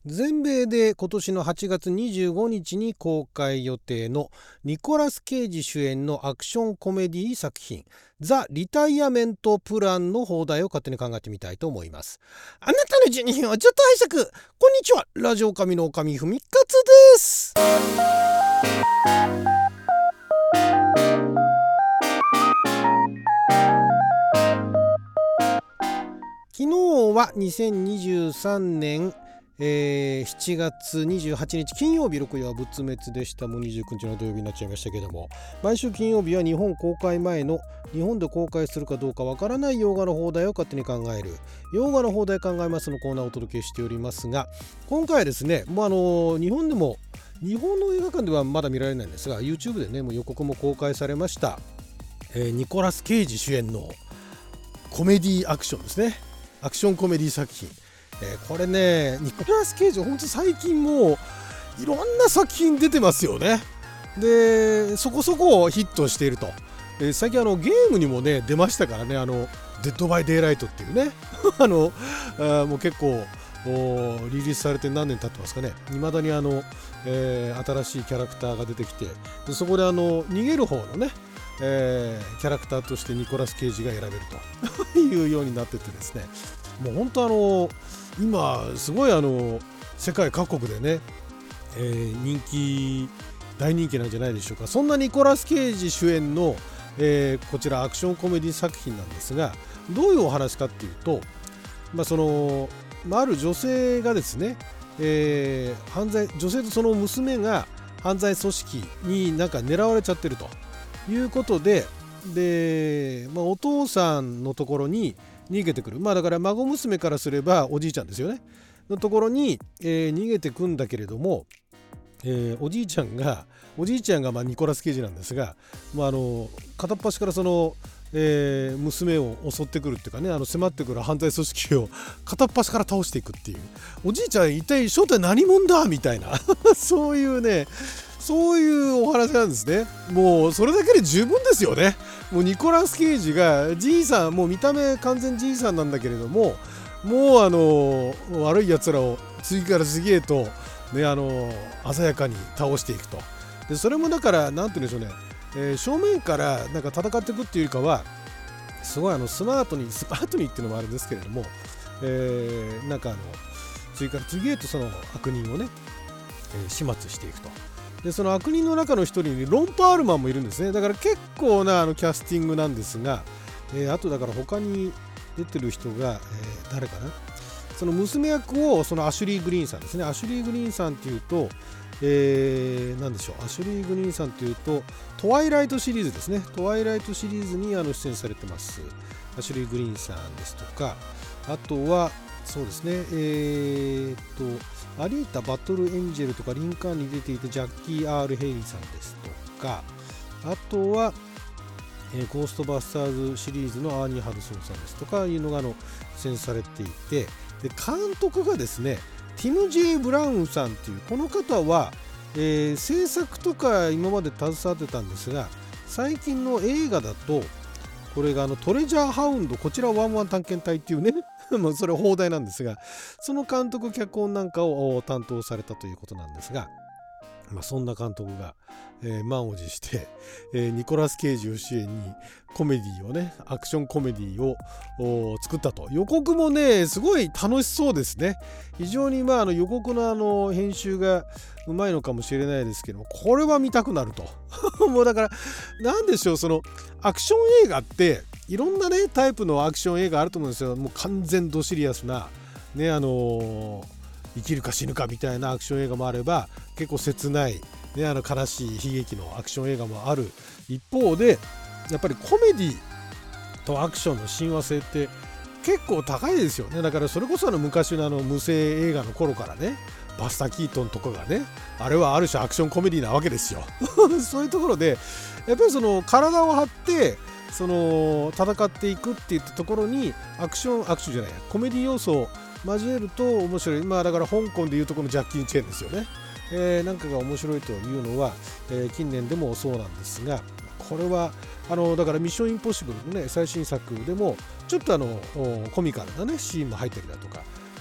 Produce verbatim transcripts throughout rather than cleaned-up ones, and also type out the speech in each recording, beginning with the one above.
全米で今年のはちがつにじゅうごにちに公開予定のニコラス・ケイジ主演のアクションコメディ作品ザ・リタイアメント・プランの放題を勝手に考えてみたいと思います。あなたのじゅうにふんをちょっと拝借。こんにちは、ラジオ神の神ふみかつです。昨日はにせんにじゅうさんねんえー、しちがつにじゅうはちにち金曜日、録夜は仏滅でした。もうにじゅうくにちの土曜日になっちゃいましたけども、毎週金曜日は日本公開前の日本で公開するかどうかわからない洋画の放題を勝手に考える洋画の放題考えますのコーナーをお届けしておりますが、今回はですね、もうあの日本でも日本の映画館ではまだ見られないんですが YouTube でねもう予告も公開されました、えー、ニコラス・ケイジ主演のコメディアクションですね。アクションコメディ作品、えー、これねニコラス・ケイジ本当最近もういろんな作品出てますよね。でそこそこヒットしていると、えー、最近あのゲームにもね出ましたからね、あのデッドバイデイライトっていうねあのあもう結構リリースされて何年経ってますかね。未だにあの、えー、新しいキャラクターが出てきて、でそこであの逃げる方のねえー、キャラクターとしてニコラス・ケイジが選べるというようになっててですね、もう本当あの今すごいあの世界各国でね、えー、人気大人気なんじゃないでしょうか。そんなニコラス・ケイジ主演の、えー、こちらアクションコメディ作品なんですが、どういうお話かっていうと、まあそのまあ、ある女性がですね、えー、犯罪女性とその娘が犯罪組織になんか狙われちゃってるということで、で、まあ、お父さんのところに逃げてくる、まあだから孫娘からすればおじいちゃんですよねのところに、えー、逃げてくんだけれども、えー、おじいちゃんがおじいちゃんがまあニコラス・ケイジなんですが、まあ、あの片っ端からその、えー、娘を襲ってくるっていうかね、あの迫ってくる犯罪組織を片っ端から倒していくっていう、おじいちゃん一体正体何者だみたいなそういうねそういうお話なんですね。もうそれだけで十分ですよね。もうニコラス・ケイジがじいさん、もう見た目完全じいさんなんだけれども、もうあの悪いやつらを次から次へとね、あの鮮やかに倒していくと。でそれもだからなんて言うんでしょうね、えー、正面からなんか戦っていくっていうよりかはすごいあのスマートにスマートにっていうのもあるんですけれども、えー、なんかあの次から次へとその悪人をね、えー、始末していくと。でその悪人の中の一人にロン・パールマンもいるんですね。だから結構なあのキャスティングなんですが、えー、あとだから他に出てる人が、えー、誰かな、その娘役をそのアシュリー・グリーンさんですね。アシュリー・グリーンさんっていうと、えー、なんでしょう、アシュリー・グリーンさんっていうとトワイライトシリーズですね。トワイライトシリーズにあの出演されてますアシュリー・グリーンさんですとか、あとはそうですね、えー、っとアリータ・バトル・エンジェルとかリンカーンに出ていたジャッキー・アール・ヘイリーさんですとか、あとは、えー、ゴーストバスターズシリーズのアーニー・ハドソンさんですとかいうのがあの出演されていて、で監督がですねティム・ジェイ・ブラウンさんっていうこの方は、えー、制作とか今まで携わってたんですが、最近の映画だとこれがあのトレジャーハウンド、こちらワンワン探検隊っていうねもうそれ放題なんですが、その監督脚本なんかを担当されたということなんですが、まあ、そんな監督が、えー、満を持して、えー、ニコラス・ケイジを主演にコメディをねアクションコメディを作ったと。予告もねすごい楽しそうですね。非常にまああの予告のあの編集がうまいのかもしれないですけども、これは見たくなるともうだからなんでしょう、そのアクション映画っていろんなねタイプのアクション映画あると思うんですよ。もう完全ドシリアスなね、あのー、生きるか死ぬかみたいなアクション映画もあれば、結構切ない、ね、あの悲しい悲劇のアクション映画もある一方で、やっぱりコメディとアクションの親和性って結構高いですよね。だからそれこそあの昔のあの無声映画の頃からね、バスター・キートンとかがね、あれはある種アクションコメディなわけですよそういうところでやっぱりその体を張ってその戦っていくっていったところにアクションアクションじゃないやコメディ要素を交えると面白い。まあだから香港でいうとこのジャッキー・チェーンですよね、えー、なんかが面白いというのは、えー、近年でもそうなんですが、これはあのだからミッションインポッシブルのね最新作でもちょっとあのコミカルなねシーンも入ったりだとか、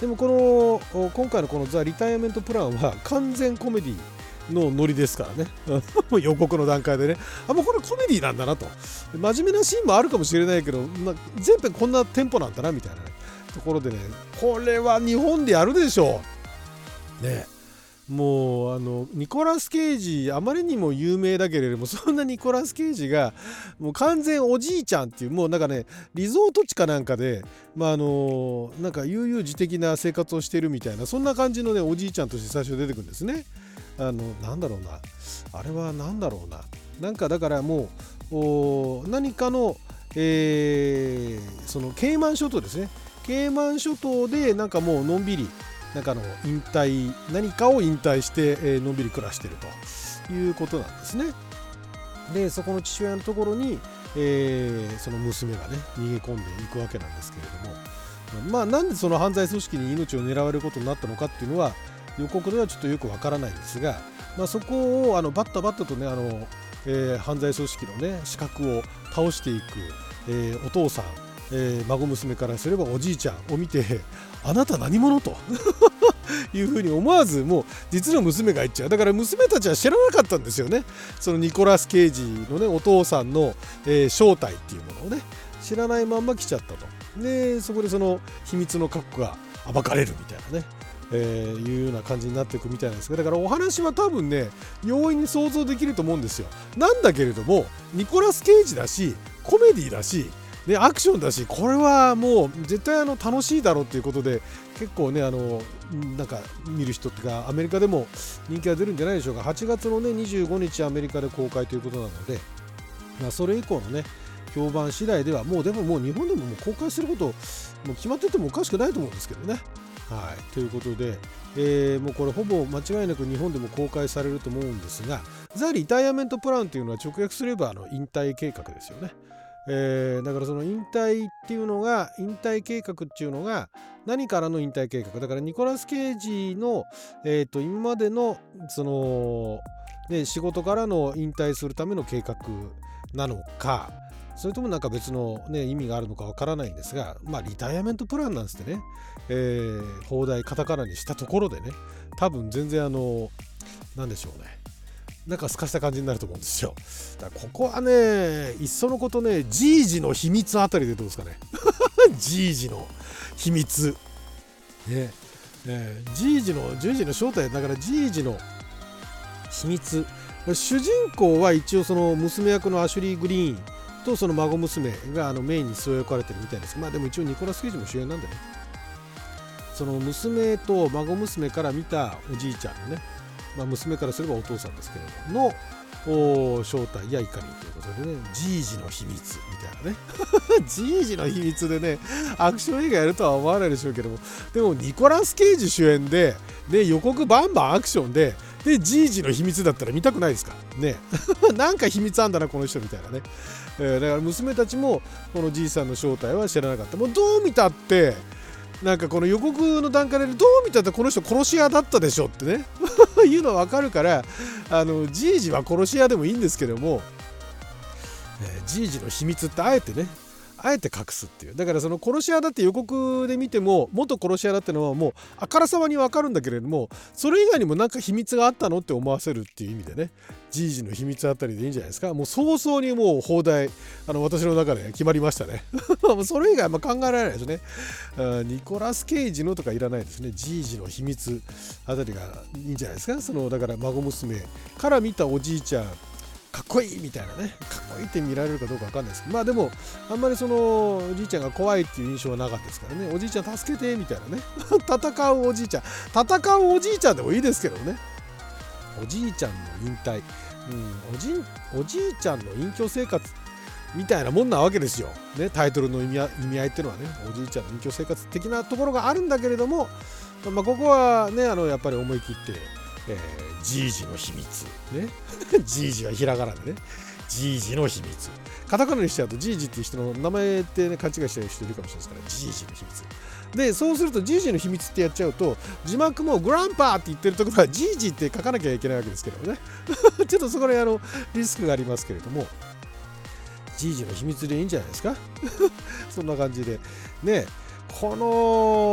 でもこの今回のこのザ・リタイアメントプランは完全コメディのノリですからねもう予告の段階でね、あ、もうこれコメディなんだなと、真面目なシーンもあるかもしれないけど、まあ、全編こんなテンポなんだなみたいな、ね、ところでね、これは日本でやるでしょうね。もうあのニコラス・ケイジあまりにも有名だけれども、そんなニコラス・ケイジがもう完全おじいちゃんっていう、もうなんかねリゾート地かなんかで、まああのなんか悠々自適な生活をしてるみたいな、そんな感じのねおじいちゃんとして最初出てくるんですね。あのなんだろうな、あれはなんだろうな、なんかだからもう何かの、えー、そのケイマン諸島ですね、ケイマン諸島でなんかもうのんびりなんかの引退何かを引退して、えー、のんびり暮らしているということなんですね。でそこの父親のところに、えー、その娘がね逃げ込んでいくわけなんですけれども、まあなんでその犯罪組織に命を狙われることになったのかっていうのは予告ではちょっとよくわからないんですが、まあ、そこをあのバッタバッタとねあの、えー、犯罪組織のね刺客を倒していく、えー、お父さん、えー、孫娘からすればおじいちゃんを見てあなた何者というふうに思わずもう実の娘が言っちゃう。だから娘たちは知らなかったんですよね、そのニコラス・ケイジのねお父さんの、えー、正体っていうものをね知らないまんま来ちゃったと。でそこでその秘密の核が暴かれるみたいなね、えー、いうような感じになっていくみたいなんですが、だからお話は多分ね容易に想像できると思うんですよ。なんだけれどもニコラス・ケイジだしコメディだしね、アクションだし、これはもう絶対あの楽しいだろうということで結構ねあのなんか見る人っていうかアメリカでも人気が出るんじゃないでしょうか。はちがつのねにじゅうごにちアメリカで公開ということなので、まあ、それ以降のね評判次第ではもうでももう日本でももう公開することもう決まっててもおかしくないと思うんですけどね。はい、ということで、えー、もうこれほぼ間違いなく日本でも公開されると思うんですが、ザ・リタイアメントプランというのは直訳すればあの引退計画ですよね。えー、だからその引退っていうのが引退計画っていうのが何からの引退計画だからニコラス・ケイジの、えー、と今までのその、ね、仕事からの引退するための計画なのか、それともなんか別の、ね、意味があるのかわからないんですが、まあリタイアメントプランなんですってね、えー、放題カタカナにしたところでね多分全然あのなんでしょうね、なんか透かした感じになると思うんですよ。だからここはねいっそのことねジージの秘密あたりでどうですかねジージの秘密ね、えー、ジージのジージの正体だからジージの秘密、主人公は一応その娘役のアシュリー・グリーンとその孫娘があのメインに据え置かれてるみたいです。まあでも一応ニコラス・ケイジも主演なんでね、その娘と孫娘から見たおじいちゃんのね、まあ、娘からすればお父さんですけれどもの正体やいかにということでね、ジージの秘密みたいなねジージの秘密でねアクション映画やるとは思わないでしょうけども、でもニコラス・ケイジ主演で、で予告バンバンアクションででジージの秘密だったら見たくないですかねなんか秘密あんだなこの人みたいなね、えー、だから娘たちもこのじいさんの正体は知らなかった。もうどう見たってなんかこの予告の段階でどう見たってこの人殺し屋だったでしょってねいうのは分かるから、あのジージは殺し屋でもいいんですけども、えー、ジージの秘密ってあえてねあえて隠すっていう。だからその殺し屋だって予告で見ても元殺し屋だってのはもうあからさまに分かるんだけれども、それ以外にもなんか秘密があったのって思わせるっていう意味でね、ジージの秘密あたりでいいんじゃないですか。もう早々にもう放題あの私の中で決まりましたねそれ以外は考えられないですね。ニコラス・ケイジのとかいらないですね。ジージの秘密あたりがいいんじゃないですか。そのだから孫娘から見たおじいちゃんかっこいいみたいなね、かっこいいって見られるかどうか分かんないですけど、まあでもあんまりそのおじいちゃんが怖いっていう印象はなかったですからね。おじいちゃん助けてみたいなね戦うおじいちゃん戦うおじいちゃんでもいいですけどね。おじいちゃんの引退、うん、おじおじいちゃんの隠居生活みたいなもんなわけですよ、ね、タイトルの意味、意味合いっていうのはね、おじいちゃんの隠居生活的なところがあるんだけれども、まあ、ここはねあのやっぱり思い切って、えー、ジージの秘密ねジージはひらがなでね、ジージの秘密カタカナにしちゃうとジージっていう人の名前ってね勘違いしてる人いるかもしれないですから、ジージの秘密で、そうするとジージの秘密ってやっちゃうと字幕もグランパーって言ってるところはジージって書かなきゃいけないわけですけどねちょっとそこであのリスクがありますけれども、ジージの秘密でいいんじゃないですかそんな感じでね、この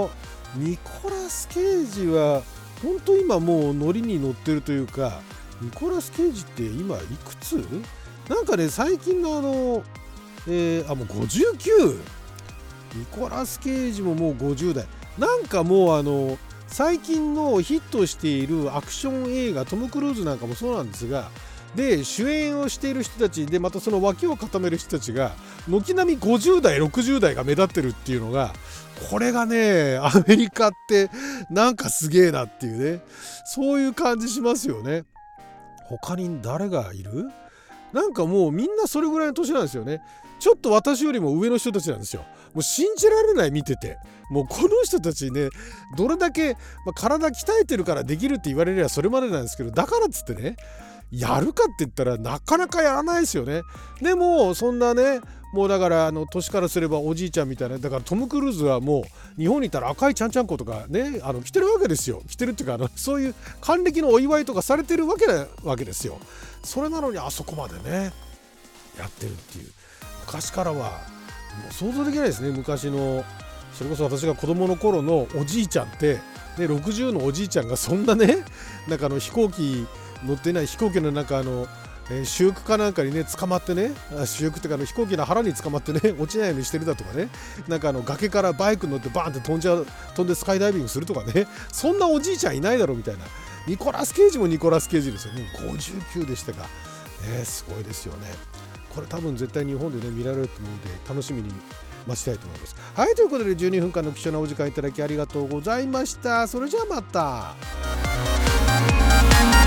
ニコラス・ケイジは本当今もうノリに乗ってるというか、ニコラス・ケイジって今いくつ？なんかね最近のあの、えー、あもうごじゅうきゅう、ニコラス・ケイジももうごじゅう代。なんかもうあの最近のヒットしているアクション映画、トム・クルーズなんかもそうなんですが、で主演をしている人たちで、またその脇を固める人たちが軒並みごじゅう代ろくじゅう代が目立ってるっていうのが、これがねアメリカってなんかすげえなっていうね、そういう感じしますよね。他に誰がいる？なんかもうみんなそれぐらいの年なんですよね。ちょっと私よりも上の人たちなんですよ。もう信じられない、見てて。もうこの人たちね、どれだけ、まあ、体鍛えてるからできるって言われればそれまでなんですけど、だからっつってねやるかって言ったらなかなかやらないですよね。でもそんなね、もうだからあの年からすればおじいちゃんみたいな、だからトム・クルーズはもう日本にいたら赤いちゃんちゃんことかね、あの着てるわけですよ。着てるっていうか、あのそういう還暦のお祝いとかされてるわけなわけですよ。それなのにあそこまでねやってるっていう、昔からはもう想像できないですね。昔のそれこそ私が子供の頃のおじいちゃんって、ね、ろくじゅうのおじいちゃんがそんなね、なんかあの飛行機乗ってない、飛行機の中あの、えー、主翼かなんかにね捕まってね、主翼っていうかあの飛行機の腹に捕まってね落ちないようにしてるだとかね、なんかあの崖からバイク乗ってバーンって飛んじゃう、飛んでスカイダイビングするとかね、そんなおじいちゃんいないだろうみたいな。ニコラス・ケイジもニコラス・ケイジですよね。ごじゅうきゅうでしたが、ね、すごいですよね。これ多分絶対日本でね見られると思うので楽しみに待ちたいと思います。はい、ということでじゅうにふんかんの貴重なお時間いただきありがとうございました。それじゃあまた。